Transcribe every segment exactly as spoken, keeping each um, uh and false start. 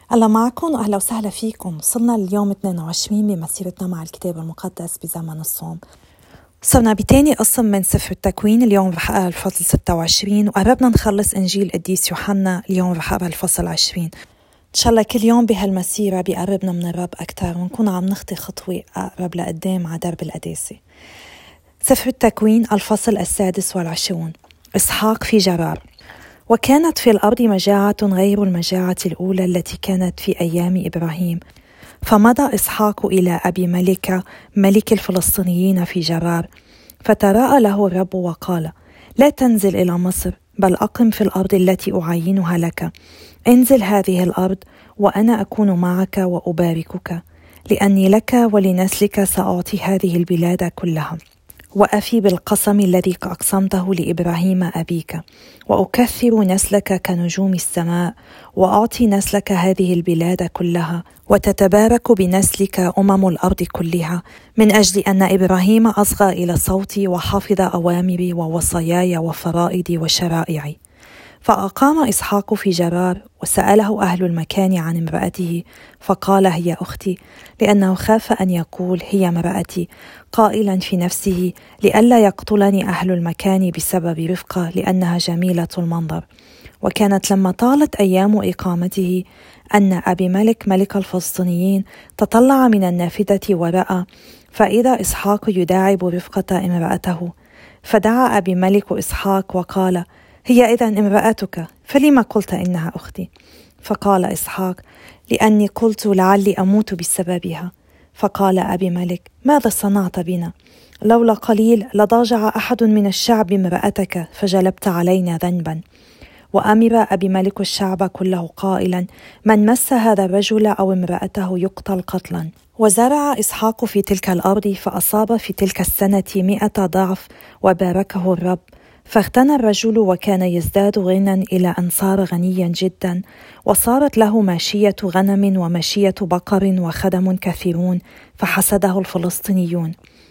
الله معكم وأهلا وسهلا فيكم. وصلنا اليوم اثنين وعشرين بمسيرتنا مع الكتاب المقدس بزمن الصوم. صرنا بتاني قسم من سفر التكوين، اليوم رح أقرأ الفصل ستة وعشرين، وقربنا نخلص إنجيل قديس يوحنا، اليوم رح أقرأ الفصل عشرين. إن شاء الله كل يوم بهالمسيرة بيقربنا من الرب أكتر ونكون عم نخطي خطوة أقرب لقدام على درب القداسة. سفر التكوين الفصل السادس والعشرون. إسحاق في جرار. وكانت في الأرض مجاعة غير المجاعة الأولى التي كانت في أيام إبراهيم، فمضى إسحاق إلى أبي ملكة ملك الفلسطينيين في جرار، فتراءى له الرب وقال: لا تنزل إلى مصر، بل أقم في الأرض التي أعينها لك. انزل هذه الأرض وأنا أكون معك وأباركك، لأني لك ولنسلك سأعطي هذه البلاد كلها، وأفي بالقسم الذي أقسمته لإبراهيم أبيك، وأكثر نسلك كنجوم السماء، وأعطي نسلك هذه البلاد كلها، وتتبارك بنسلك أمم الأرض كلها، من أجل أن إبراهيم أصغى إلى صوتي وحفظ أوامري ووصاياي وفرائضي وشرائعي. فأقام إسحاق في جرار، وسأله أهل المكان عن امرأته، فقال: هي أختي، لأنه خاف أن يقول هي امرأتي، قائلا في نفسه: لئلا يقتلني أهل المكان بسبب رفقة، لأنها جميلة المنظر. وكانت لما طالت أيام إقامته أن أبي ملك ملك الفلسطينيين تطلع من النافذة ورأى، فإذا إسحاق يداعب رفقة امرأته، فدعا أبي ملك إسحاق وقال: هي إذن امرأتك، فلما قلت إنها أختي؟ فقال إسحاق: لأني قلت لعلي أموت بسببها. فقال أبي ملك: ماذا صنعت بنا؟ لولا قليل لضاجع أحد من الشعب امرأتك، فجلبت علينا ذنبا. وأمر أبي ملك الشعب كله قائلا: من مس هذا الرجل أو امرأته يقتل قتلا. وزرع إسحاق في تلك الأرض، فأصاب في تلك السنة مئة ضعف، وباركه الرب. فاغتنى الرجل وكان يزداد غنى إلى أن صار غنيا جدا، وصارت له ماشية غنم وماشية بقر وخدم كثيرون، فحسده الفلسطينيون.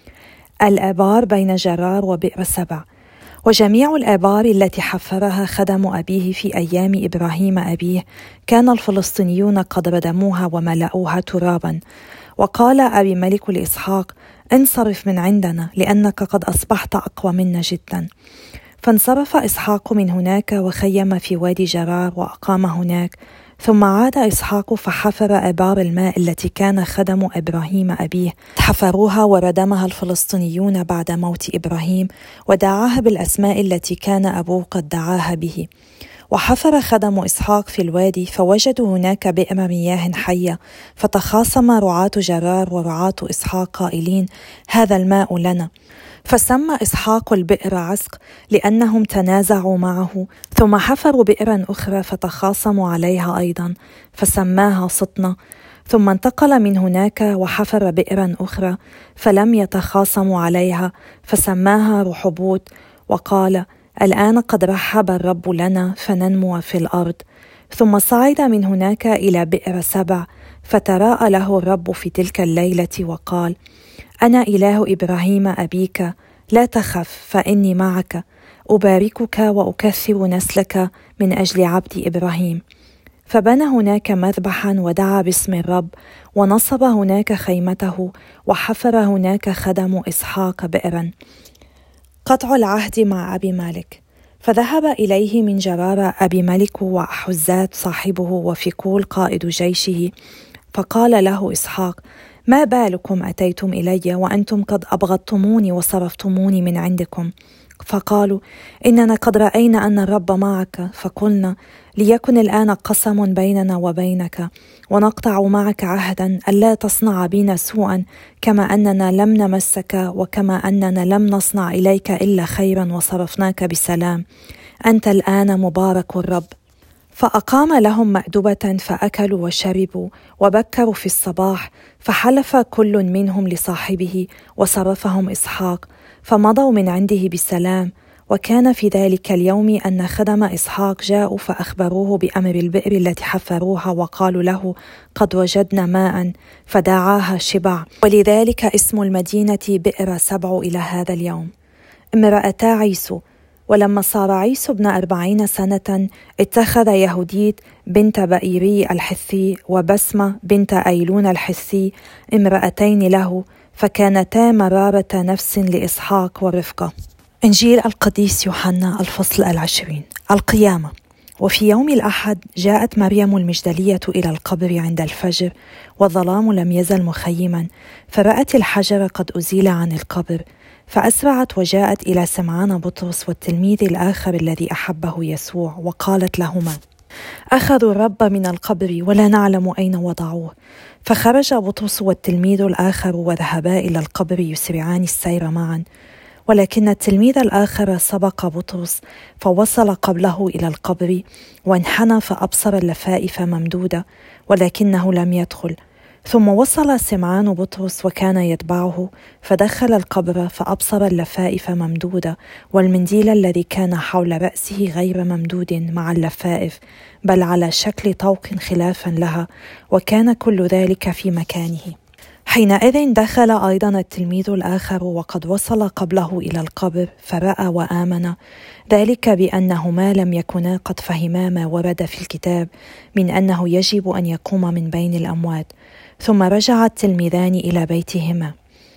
الآبار بين جرار وبئر سبع. وجميع الآبار التي حفرها خدم أبيه في أيام إبراهيم أبيه كان الفلسطينيون قد ردموها وملأوها ترابا. وقال أبي ملك لإسحاق: انصرف من عندنا، لأنك قد أصبحت أقوى منا جدا. فانصرف إسحاق من هناك وخيم في وادي جرار وأقام هناك. ثم عاد إسحاق فحفر آبار الماء التي كان خدم إبراهيم أبيه حفروها وردمها الفلسطينيون بعد موت إبراهيم، ودعاها بالأسماء التي كان أبوه قد دعاها به. وحفر خدم إسحاق في الوادي، فوجدوا هناك بئر مياه حية، فتخاصم رعاة جرار ورعاة إسحاق قائلين: هذا الماء لنا. فسمى إسحاق البئر عسق، لأنهم تنازعوا معه. ثم حفروا بئرا أخرى فتخاصموا عليها أيضا، فسماها سطنة. ثم انتقل من هناك وحفر بئرا أخرى، فلم يتخاصموا عليها، فسماها رحبوت، وقال: الآن قد رحب الرب لنا فننمو في الأرض. ثم صعد من هناك إلى بئر سبع، فتراءى له الرب في تلك الليلة وقال: أنا إله إبراهيم أبيك، لا تخف، فإني معك، أباركك وأكثر نسلك من أجل عبدي إبراهيم. فبنى هناك مذبحا ودعا باسم الرب، ونصب هناك خيمته، وحفر هناك خدم إسحاق بئرا. قطع العهد مع أبي مالك. فذهب إليه من جرار أبي ملك وأحزات صاحبه وفيكول قائد جيشه، فقال له إسحاق: ما بالكم أتيتم إلي وأنتم قد أبغضتموني وصرفتموني من عندكم؟ فقالوا: إننا قد رأينا أن الرب معك، فقلنا: ليكن الآن قسم بيننا وبينك، ونقطع معك عهدا ألا تصنع بنا سوءا، كما أننا لم نمسك، وكما أننا لم نصنع إليك إلا خيرا وصرفناك بسلام. أنت الآن مبارك الرب. فأقام لهم مأدبة، فأكلوا وشربوا وبكروا في الصباح، فحلف كل منهم لصاحبه، وصرفهم إسحاق، فمضوا من عنده بسلام. وكان في ذلك اليوم أن خدم إسحاق جاءوا فأخبروه بأمر البئر التي حفروها، وقالوا له: قد وجدنا ماء، فدعاها شبع، ولذلك اسم المدينة بئر سبع إلى هذا اليوم. امرأتا عيسو. ولما صار عيسو ابن أربعين سنة اتخذ يهوديت بنت بئيري الحثي وبسمة بنت أيلون الحثي امرأتين له، فكانتا مرارة نفس لإسحاق ورفقة. إنجيل القديس يوحنا الفصل العشرين. القيامة. وفي يوم الأحد جاءت مريم المجدلية إلى القبر عند الفجر والظلام لم يزل مخيما، فرأت الحجر قد أزيل عن القبر، فأسرعت وجاءت إلى سمعان بطرس والتلميذ الآخر الذي أحبه يسوع، وقالت لهما: أخذوا الرب من القبر ولا نعلم أين وضعوه. فخرج بطرس والتلميذ الآخر وذهبا إلى القبر يسرعان السير معا، ولكن التلميذ الآخر سبق بطرس فوصل قبله إلى القبر، وانحنى فأبصر اللفائف ممدودة ولكنه لم يدخل. ثم وصل سمعان بطرس وكان يتبعه، فدخل القبر فأبصر اللفائف ممدودة والمنديل الذي كان حول رأسه غير ممدود مع اللفائف، بل على شكل طوق خلافا لها، وكان كل ذلك في مكانه. حينئذ دخل أيضا التلميذ الآخر وقد وصل قبله إلى القبر، فرأى وآمن، ذلك بأنهما لم يكونا قد فهما ما ورد في الكتاب من أنه يجب أن يقوم من بين الأموات. ثم رجع التلميذان إلى بيتهما.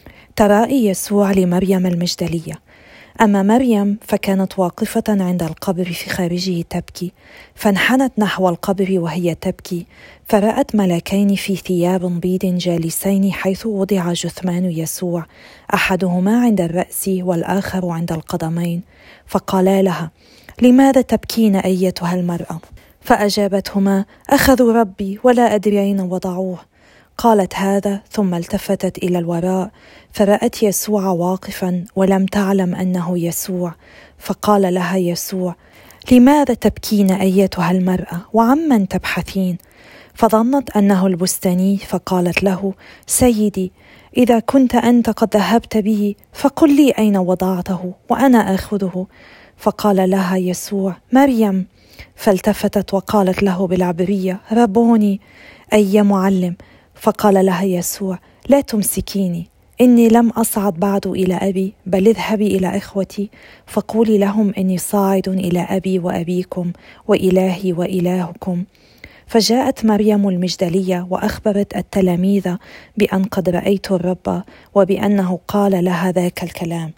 ترائي يسوع لمريم المجدلية. أما مريم فكانت واقفة عند القبر في خارجه تبكي، فانحنت نحو القبر وهي تبكي، فرأت ملكين في ثياب بيض جالسين حيث وضع جثمان يسوع، أحدهما عند الرأس والآخر عند القدمين، فقالا لها: لماذا تبكين أيتها المرأة؟ فأجابتهما: أخذوا ربي ولا أدري أين وضعوه. قالت هذا ثم التفتت إلى الوراء فرأت يسوع واقفا ولم تعلم أنه يسوع، فقال لها يسوع: لماذا تبكين أيتها المرأة وعمن تبحثين؟ فظنت أنه البستاني، فقالت له: سيدي، إذا كنت أنت قد ذهبت به فقل لي أين وضعته وأنا آخذه. فقال لها يسوع: مريم. فالتفتت وقالت له بالعبرية: ربوني، أي يا معلم. فقال لها يسوع: لا تمسكيني، إني لم أصعد بعد إلى أبي، بل اذهبي إلى إخوتي فقولي لهم إني صاعد إلى أبي وأبيكم وإلهي وإلهكم. فجاءت مريم المجدلية وأخبرت التلاميذ بأن قد رأيت الرب وبأنه قال لها ذاك الكلام.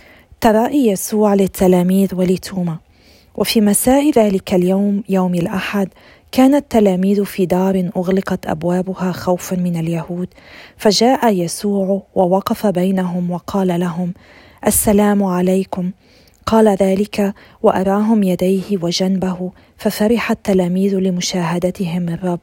ترائي يسوع للتلاميذ ولتوما. وفي مساء ذلك اليوم يوم الأحد كان التلاميذ في دار أغلقت أبوابها خوفا من اليهود، فجاء يسوع ووقف بينهم وقال لهم: السلام عليكم. قال ذلك وأراهم يديه وجنبه، ففرح التلاميذ لمشاهدتهم الرب،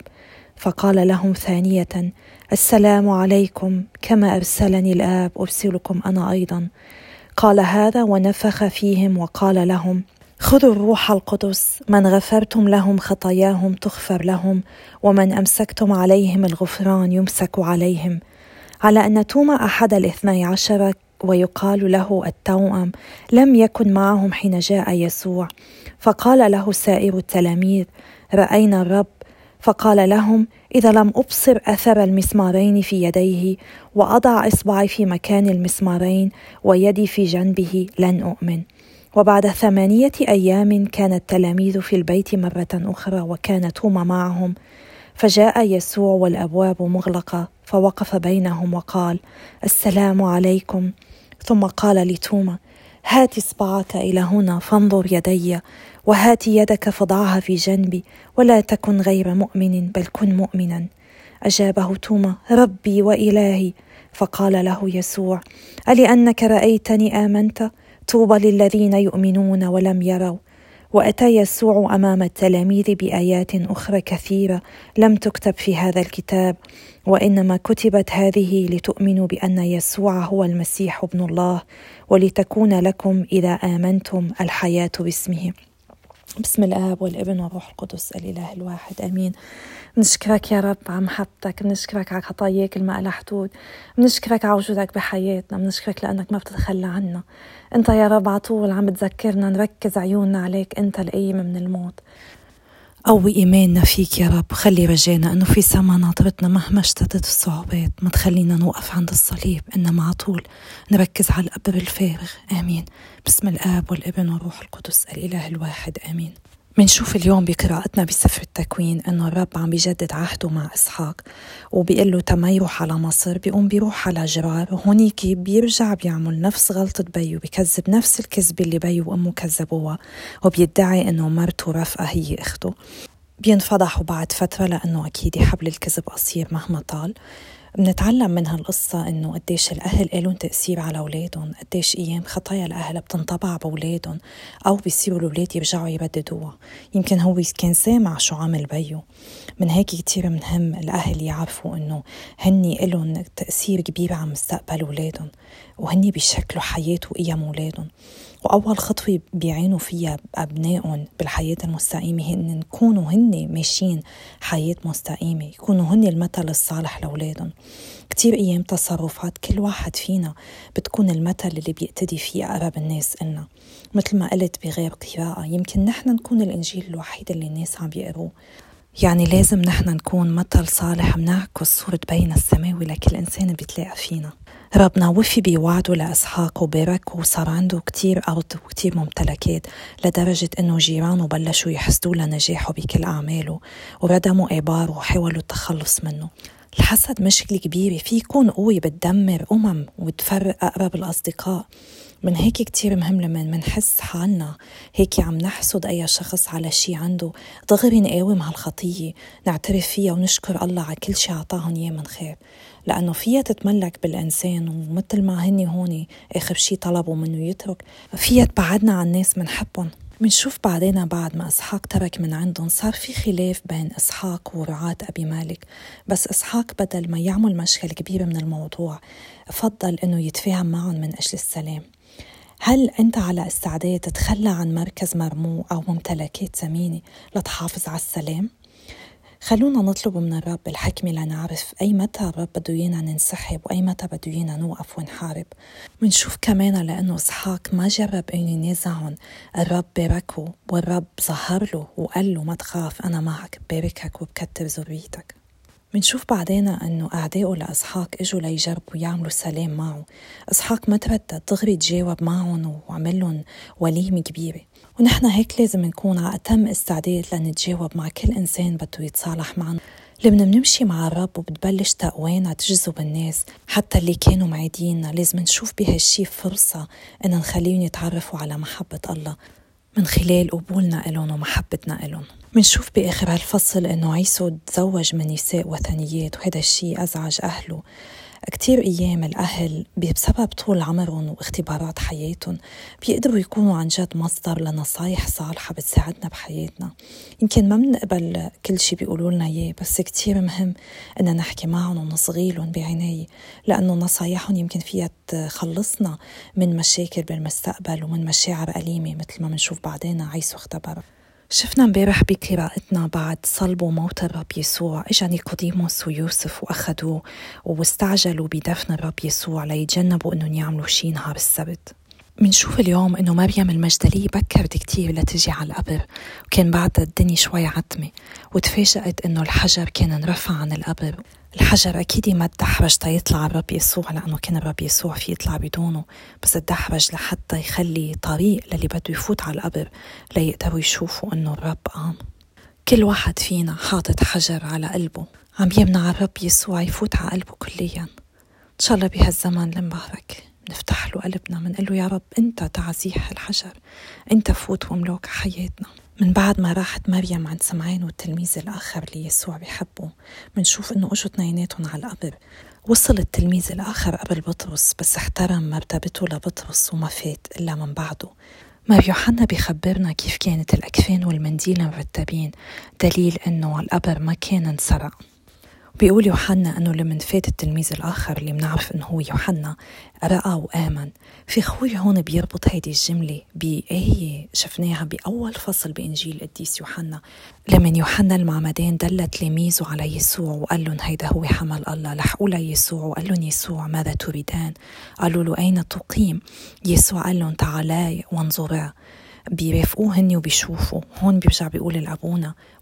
فقال لهم ثانية: السلام عليكم، كما أرسلني الآب أرسلكم أنا أيضا. قال هذا ونفخ فيهم وقال لهم: خذوا الروح القدس، من غفرتم لهم خطاياهم تغفر لهم، ومن أمسكتم عليهم الغفران يمسك عليهم. على أن توما أحد الاثني عشر ويقال له التوأم لم يكن معهم حين جاء يسوع، فقال له سائر التلاميذ: رأينا الرب. فقال لهم: إذا لم أبصر أثر المسمارين في يديه وأضع إصبعي في مكان المسمارين ويدي في جنبه لن أؤمن. وبعد ثمانية أيام كان التلاميذ في البيت مرة أخرى وكان توما معهم، فجاء يسوع والأبواب مغلقة فوقف بينهم وقال: السلام عليكم. ثم قال لتوما: هات إصبعك إلى هنا فانظر يدي، وهات يدك فضعها في جنبي، ولا تكن غير مؤمن بل كن مؤمنا. أجابه توما: ربي وإلهي. فقال له يسوع: ألأنك رأيتني آمنت؟ طوبى للذين يؤمنون ولم يروا. وأتى يسوع أمام التلاميذ بآيات أخرى كثيرة لم تكتب في هذا الكتاب، وإنما كتبت هذه لتؤمنوا بأن يسوع هو المسيح ابن الله، ولتكون لكم إذا آمنتم الحياة باسمه. بسم الآب والابن والروح القدس الإله الواحد آمين. بنشكرك يا رب على محبتك، بنشكرك على خطاياك الما لها حدود، بنشكرك على وجودك بحياتنا، بنشكرك لأنك ما بتتخلى عنا. أنت يا رب عطول عم بتذكرنا نركز عيوننا عليك، أنت القيم من الموت. قوي إيماننا فيك يا رب. خلي رجانا أنه في سما ناطرتنا مهما اشتدت الصعوبات، ما تخلينا نوقف عند الصليب، إنما على طول نركز على القبر الفارغ. آمين. بسم الآب والابن والروح القدس الإله الواحد، آمين. منشوف اليوم بقراءتنا بسفر التكوين أنه الرب عم بيجدد عهده مع إسحاق، وبيقول له تما يروح على مصر، بيقوم بيروح على جرار، وهونيك بيرجع بيعمل نفس غلطة بيو، بيكذب نفس الكذبة اللي بيو وأمه كذبوها، وبيدعي أنه مرته رفقة هي أخته. بينفضحوا بعد فترة لأنه أكيد حبل الكذب قصير مهما طال. بنتعلم من هالقصة إنه قديش الأهل إلهم تأثير على أولادهم، قديش أيام خطايا الأهل بتنطبع بأولادهم أو بيصيروا الأولاد يرجعوا يرددوها. يمكن هو كان سامع شو عمل بيو. من هيك كتير مهم الأهل يعرفوا إنه هني إلهم تأثير كبير على مستقبل أولادهم، وهني بيشكلوا حياة وقيم أولادهم. وأول خطوة بيعينوا فيها أبنائهم بالحياة المستقيمة هي إن يكونوا هن ماشيين حياة مستقيمة، يكونوا هن المثل الصالح لأولادهم. كتير أيام تصرفات كل واحد فينا بتكون المثل اللي بيقتدي فيه أقرب الناس إلنا. مثل ما قلت بغير قراءة، يمكن نحن نكون الإنجيل الوحيد اللي الناس عم بيقروه، يعني لازم نحن نكون مثل صالح منعكس صورة بين السماوي لكل إنسان بيتلاقى فينا. ربنا وفي بيوعده لإسحاق وباركه، وصار عنده كتير أرض وكتير ممتلكات، لدرجة إنه جيرانه بلشوا يحسدوا لنجاحه بكل أعماله وردموا آباره وحاولوا التخلص منه. الحسد مشكلة كبيرة، في يكون قوي بتدمر أمم وتفرق أقرب الأصدقاء. من هيك كتير مهم لما منحس حالنا هيك عم نحسد أي شخص على شي عنده، دغري نقاوم هالخطية، نعترف فيها ونشكر الله على كل شي عطاهن إياه من خير، لأنه فيها تتملك بالإنسان. ومثل ما هني هوني آخر شي طلبوا منه يترك، فيها تبعدنا عن ناس منحبهم. منشوف بعدين بعد ما إسحاق ترك من عندهم صار في خلاف بين إسحاق ورعاة أبي مالك، بس إسحاق بدل ما يعمل مشكلة كبيرة من الموضوع فضل إنه يتفاهم معهم من أجل السلام. هل أنت على استعداد تتخلى عن مركز مرموق أو ممتلكات ثمينة لتحافظ على السلام؟ خلونا نطلب من الرب الحكمة لنعرف أي متى الرب بده ينا ننسحب وأي متى بده ينا نوقف ونحارب. منشوف كمان لأنه إسحاق ما جرب أن ينازعهم، الرب باركه، والرب ظهر له وقال له ما تخاف أنا معك، باركك وبكتر ذريتك. منشوف بعدين أنه أعدائه لإسحاق إجوا ليجربوا يعملوا سلام معه. إسحاق ما تردد، دغري تجاوب معهم وعملهم وليمة كبيرة. ونحن هيك لازم نكون على أتم استعداد لنتجاوب مع كل إنسان بده يتصالح معنا. لما بنمشي مع الرب وبتبلش تقوانا تجذب الناس حتى اللي كانوا معادينا، لازم نشوف بهالشي فرصة إن نخليهم يتعرفوا على محبة الله من خلال قبولنا إلهم ومحبتنا إلهم. منشوف بآخر هالفصل إنه عيسو تزوج من نساء وثنيات، وهذا الشيء أزعج أهله. كتير أيام الأهل بسبب طول عمرهم واختبارات حياتهم بيقدروا يكونوا عن جد مصدر لنصايح صالحة بتساعدنا بحياتنا. يمكن ما بنقبل كل شيء بيقولوا لنا إياه، بس كتير مهم إن نحكي معهم ونصغي لهم بعناية، لأنه نصايحهم يمكن فيها تخلصنا من مشاكل بالمستقبل ومن مشاعر أليمة مثل ما منشوف بعدين عيسو اختبر. شفنا امبارح بقراءتنا بعد صلب وموت الرب يسوع اجا نيقوديموس ويوسف واخدوه واستعجلوا بدفن الرب يسوع ليتجنبوا انهم يعملوا شي نهار السبت. منشوف اليوم انه مريم المجدلية بكرت كتير لتجي على القبر، وكان بعد الدنيا شوي عتمة، وتفاجأت انه الحجر كان انرفع عن القبر. الحجر أكيد ما تدحرج تيطلع الرب يسوع، لأنه كان الرب يسوع في يطلع بدونه، بس تدحرج لحتى يخلي طريق للي بده يفوت على القبر ليقدروا يشوفوا أنه الرب قام. كل واحد فينا حاطط حجر على قلبه عم يمنع الرب يسوع يفوت على قلبه كليا. إن شاء الله بهالزمن المبارك نفتح له قلبنا، منقل له يا رب أنت تعزيح الحجر، أنت فوت واملك حياتنا. من بعد ما راحت مريم عند سمعان والتلميذ الآخر اللي يسوع بيحبه، منشوف إنه أجوا اثنيناتهم على القبر. وصل التلميذ الآخر قبل بطرس، بس احترم مرتبته لبطرس وما فات إلا من بعده. ما يوحنا بيخبرنا كيف كانت الأكفان والمنديل مرتبين، دليل إنه القبر ما كان انسرق. بيقول يوحنا أنه لمن فات التلميذ الآخر اللي منعرف أنه هو يوحنا رأى وآمن. في خوي هون بيربط هيدي الجملة بآية شفناها بأول فصل بإنجيل قديس يوحنا، لمن يوحنا المعمدان دل تلاميذه على يسوع وقال لهم هيدا هو حمل الله. لحقوا ليسوع وقال لهم يسوع ماذا تريدان؟ قالوا له أين تقيم؟ يسوع قال لهم تعالى وانظرا. بيرافقوه هني وبيشوفوا. هون بيرجع بيقول لأبونا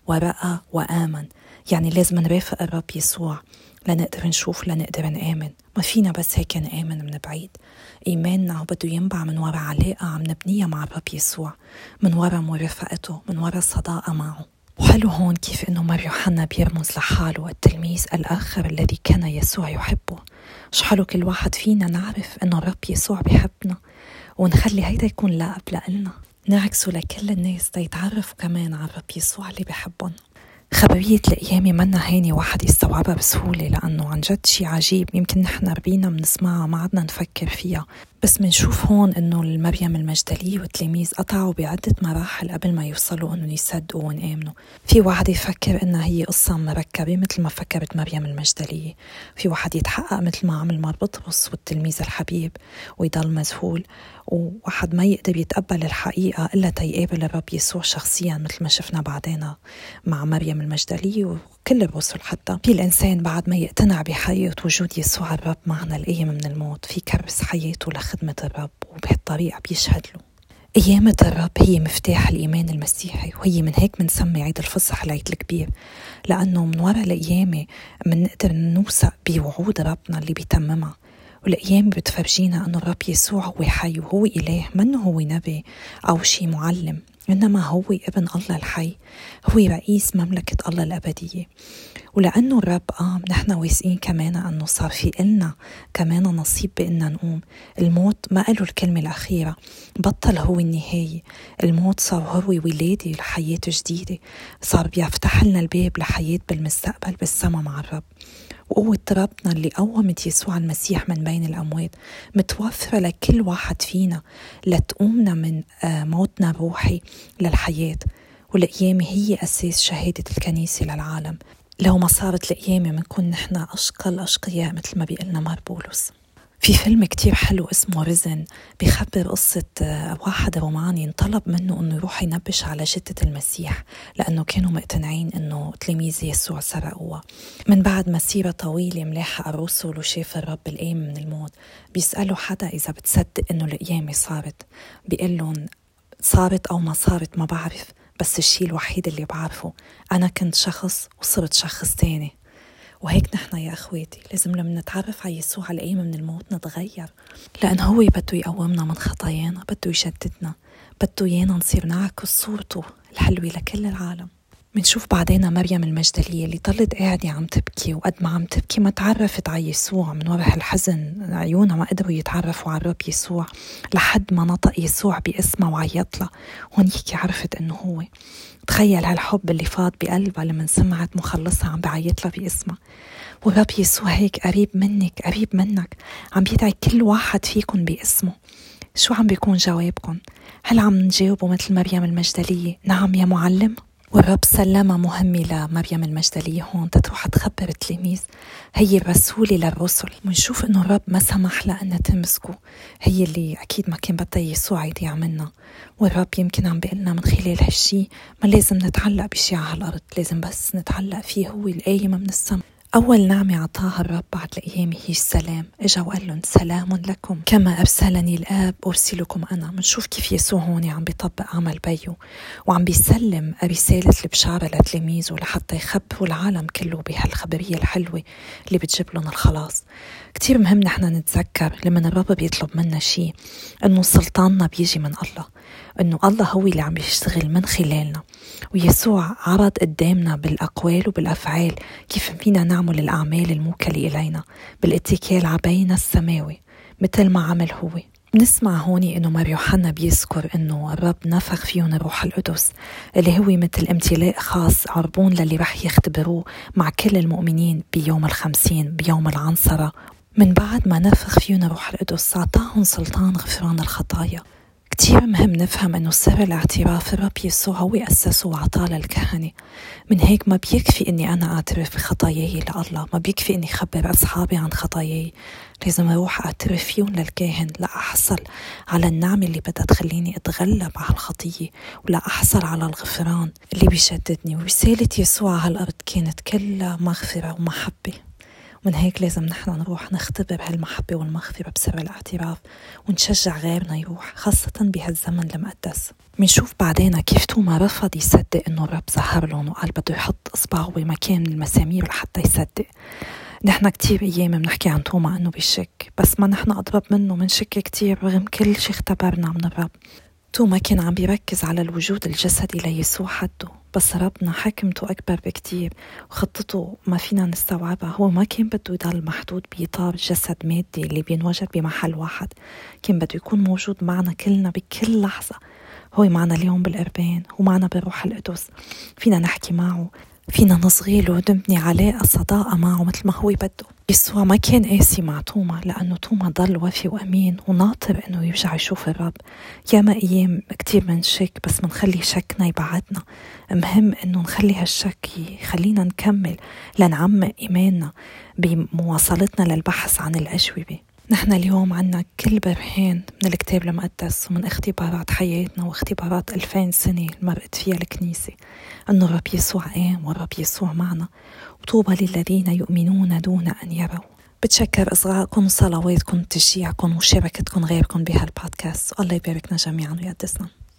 ورأى وآمن. يعني لازم نرافق الرب يسوع لنقدر نشوف، لنقدر نآمن. ما فينا بس هيك نآمن من بعيد. إيماننا بده ينبع من وراء علاقة عم نبنيها مع الرب يسوع، من وراء مرافقته، من وراء صداقة معه. وحلو هون كيف إنه مار يوحنا بيرمز لحاله التلميذ الآخر الذي كان يسوع يحبه. شو حلو كل واحد فينا نعرف إنه الرب يسوع بيحبنا، ونخلي هيدا يكون لقب لنا نعكسه لكل الناس تيتعرفوا كمان على الرب يسوع اللي بيحبهم. خبرية القيامة منا هيني واحد يستوعبها بسهولة، لأنه عن جد شي عجيب. يمكن نحن ربينا بنسمعها ما عدنا نفكر فيها، بس منشوف هون إنه المريم المجدلية والتلاميذ قطعوا بعدة مراحل قبل ما يوصلوا إنه يصدقوا ونآمنوا. في واحد يفكر إنها هي قصة مركبة مثل ما فكرت مريم المجدلية، في واحد يتحقق مثل ما عمل مار بطرس والتلميذ الحبيب ويضل مذهول، وواحد ما يقدر يتقبل الحقيقة إلا تيقابل الرب يسوع شخصيا مثل ما شفنا بعدين مع مريم المجدلية وكل الرسل. حتى في الإنسان بعد ما يقتنع بحقيقة وجود يسوع الرب معنا القيم من الموت، في كرس حياته لخدمة الرب، وبهالطريقة بيشهد له. قيامة الرب هي مفتاح الإيمان المسيحي، وهي من هيك منسمي عيد الفصح العيد الكبير، لأنه من وراء القيامة منقدر نوثق بوعود ربنا اللي بيتممها. والقيامة بتفرجينا أنه الرب يسوع هو حي وهو إله، منه هو نبي أو شي معلم، إنما هو ابن الله الحي، هو رئيس مملكة الله الأبدية. ولأنه الرب قام نحن واثقين كمان أنه صار في إلنا كمان نصيب بإننا نقوم. الموت ما قالوا الكلمة الأخيرة، بطل هو النهاية. الموت صار هو ولادة لحياة جديدة، صار بيفتح لنا الباب لحياة بالمستقبل بالسما مع الرب. وقوة ربنا اللي قومت يسوع المسيح من بين الأموات متوفرة لكل واحد فينا لتقومنا من موتنا الروحي للحياة. والقيامة هي أساس شهادة الكنيسة للعالم. لو ما صارت القيامة منكون نحن أشقى الأشقياء مثل ما بيقلنا مار بولس. في فيلم كتير حلو اسمه ريزن بيخبر قصة واحد روماني انطلب منه انه يروح ينبش على جثة المسيح، لأنه كانوا مقتنعين انه تلاميذ يسوع سرقوها. من بعد مسيرة طويلة ملاحق الرسل وشاف الرب القيم من الموت، بيسألوا حدا إذا بتصدق انه القيامة صارت، بيقول لهم صارت أو ما صارت ما بعرف، بس الشيء الوحيد اللي بعرفه أنا كنت شخص وصرت شخص تاني. وهيك نحن يا أخواتي لازم لما نتعرف على يسوع القيامة من الموت نتغير، لأن هو بده يقومنا من خطايانا، بده يجددنا، بده يانا نصير نعكس صورته الحلوة لكل العالم. منشوف بعدين مريم المجدلية اللي ضلت قاعدة عم تبكي، وقد ما عم تبكي ما تعرفت على يسوع من وراء الحزن، عيونها ما قدروا يتعرفوا على الرب يسوع لحد ما نطق يسوع باسمها وعيط لها، هونيك عرفت انه هو. تخيل هالحب اللي فاض بقلبها لما سمعت مخلصها عم بعيط لها باسمها. والرب يسوع هيك قريب منك قريب منك، عم بيدعي كل واحد فيكم باسمه. شو عم بيكون جوابكم؟ هل عم نجاوبه مثل مريم المجدلية نعم يا معلم؟ والرب سلمها مهمة لمريم المجدلية هون تتروح تخبر التلاميذ، هي الرسولة للرسل. ونشوف انه الرب ما سمح لها انها تمسكه، هي اللي اكيد ما كان بدها يسوع يضيع منا. والرب يمكن عم بيقلنا من خلال هالشي ما لازم نتعلق بشي على الارض، لازم بس نتعلق فيه، هو القايم من السماء. أول نعمة عطاها الرب بعد القيامة هي السلام. إجا وقال لهم سلام لكم، كما أرسلني الآب أرسلكم أنا. منشوف كيف يسوع هون عم بيطبق عمل بيه، وعم بيسلم رسالة البشارة لتلاميذه لحتى يخبروا العالم كله بهالخبرية الحلوة اللي بتجيب لهم الخلاص. كتير مهم نحن نتذكر لما الرب بيطلب منا شيء إنه سلطاننا بيجي من الله، إنه الله هو اللي عم بيشتغل من خلالنا. ويسوع عرض قدامنا بالأقوال وبالأفعال كيف فينا نعمل الأعمال الموكلة إلينا بالاتكال على بينا السماوي مثل ما عمل هو. نسمع هوني إنه مار يوحنا بيذكر إنه الرب نفخ فيهم الروح القدس اللي هو مثل امتلاء خاص عربون للي رح يختبروه مع كل المؤمنين بيوم الخمسين بيوم العنصرة. من بعد ما نفخ فيهم الروح القدس أعطاهم سلطان غفران الخطايا. كتير مهم نفهم أنه سر الاعتراف الرب يسوع هو أسسه وعطاه للكهنة. من هيك ما بيكفي أني أنا أعترف بخطاياي لله، ما بيكفي أني خبر أصحابي عن خطاياي، لازم أروح أعترف فيهم للكاهن لأحصل على النعمة اللي بدها تخليني أتغلب على الخطية ولا أحصل على الغفران اللي بيشددني. ورسالة يسوع على الأرض كانت كلها مغفرة ومحبة، ومن هيك لازم نحن نروح نختبر هالمحبة والمغفرة بسر الاعتراف ونشجع غيرنا يروح، خاصة بهالزمن المقدس. منشوف بعدين كيف توما رفض يصدق إنه الرب ظهر لهم وقال بده يحط إصبعه بمكان من المسامير لحتى يصدق. نحن كتير أيام بنحكي عن توما إنه بيشك، بس ما نحن أضرب منه، منشك كتير رغم كل شي اختبرنا من الرب. توما كان عم بيركز على الوجود الجسدي ليسوع حده، بس ربنا حكمته أكبر بكتير وخطته ما فينا نستوعبها. هو ما كان بده يضل محدود بإطار جسد مادي اللي بينوجد بمحل واحد، كان بده يكون موجود معنا كلنا بكل لحظة. هو معنا اليوم بالقربان، هو معنا بروح القدس، فينا نحكي معه، فينا نصغيله ونبني علاقة صداقة معه مثل ما هو بده. يسوع ما كان قاسي مع توما لأنه توما ضل وفي وأمين وناطر إنه يرجع يشوف الرب. ياما أيام كتير منشك بس منخلي شكنا يبعدنا، مهم إنه نخلي هالشك يخلينا نكمل لنعمق إيماننا بمواصلتنا للبحث عن الأجوبة. نحن اليوم عنا كل برهان من الكتاب المقدس ومن اختبارات حياتنا واختبارات ألفين سنة مرقت فيها الكنيسة أن الرب يسوع قام والرب يسوع معنا، وطوبى للذين يؤمنون دون أن يروا. بتشكر إصغائكم وصلواتكم وتشجيعكم وشبكتكم غيركم بهالبودكاست، والله يباركنا جميعا ويقدسنا.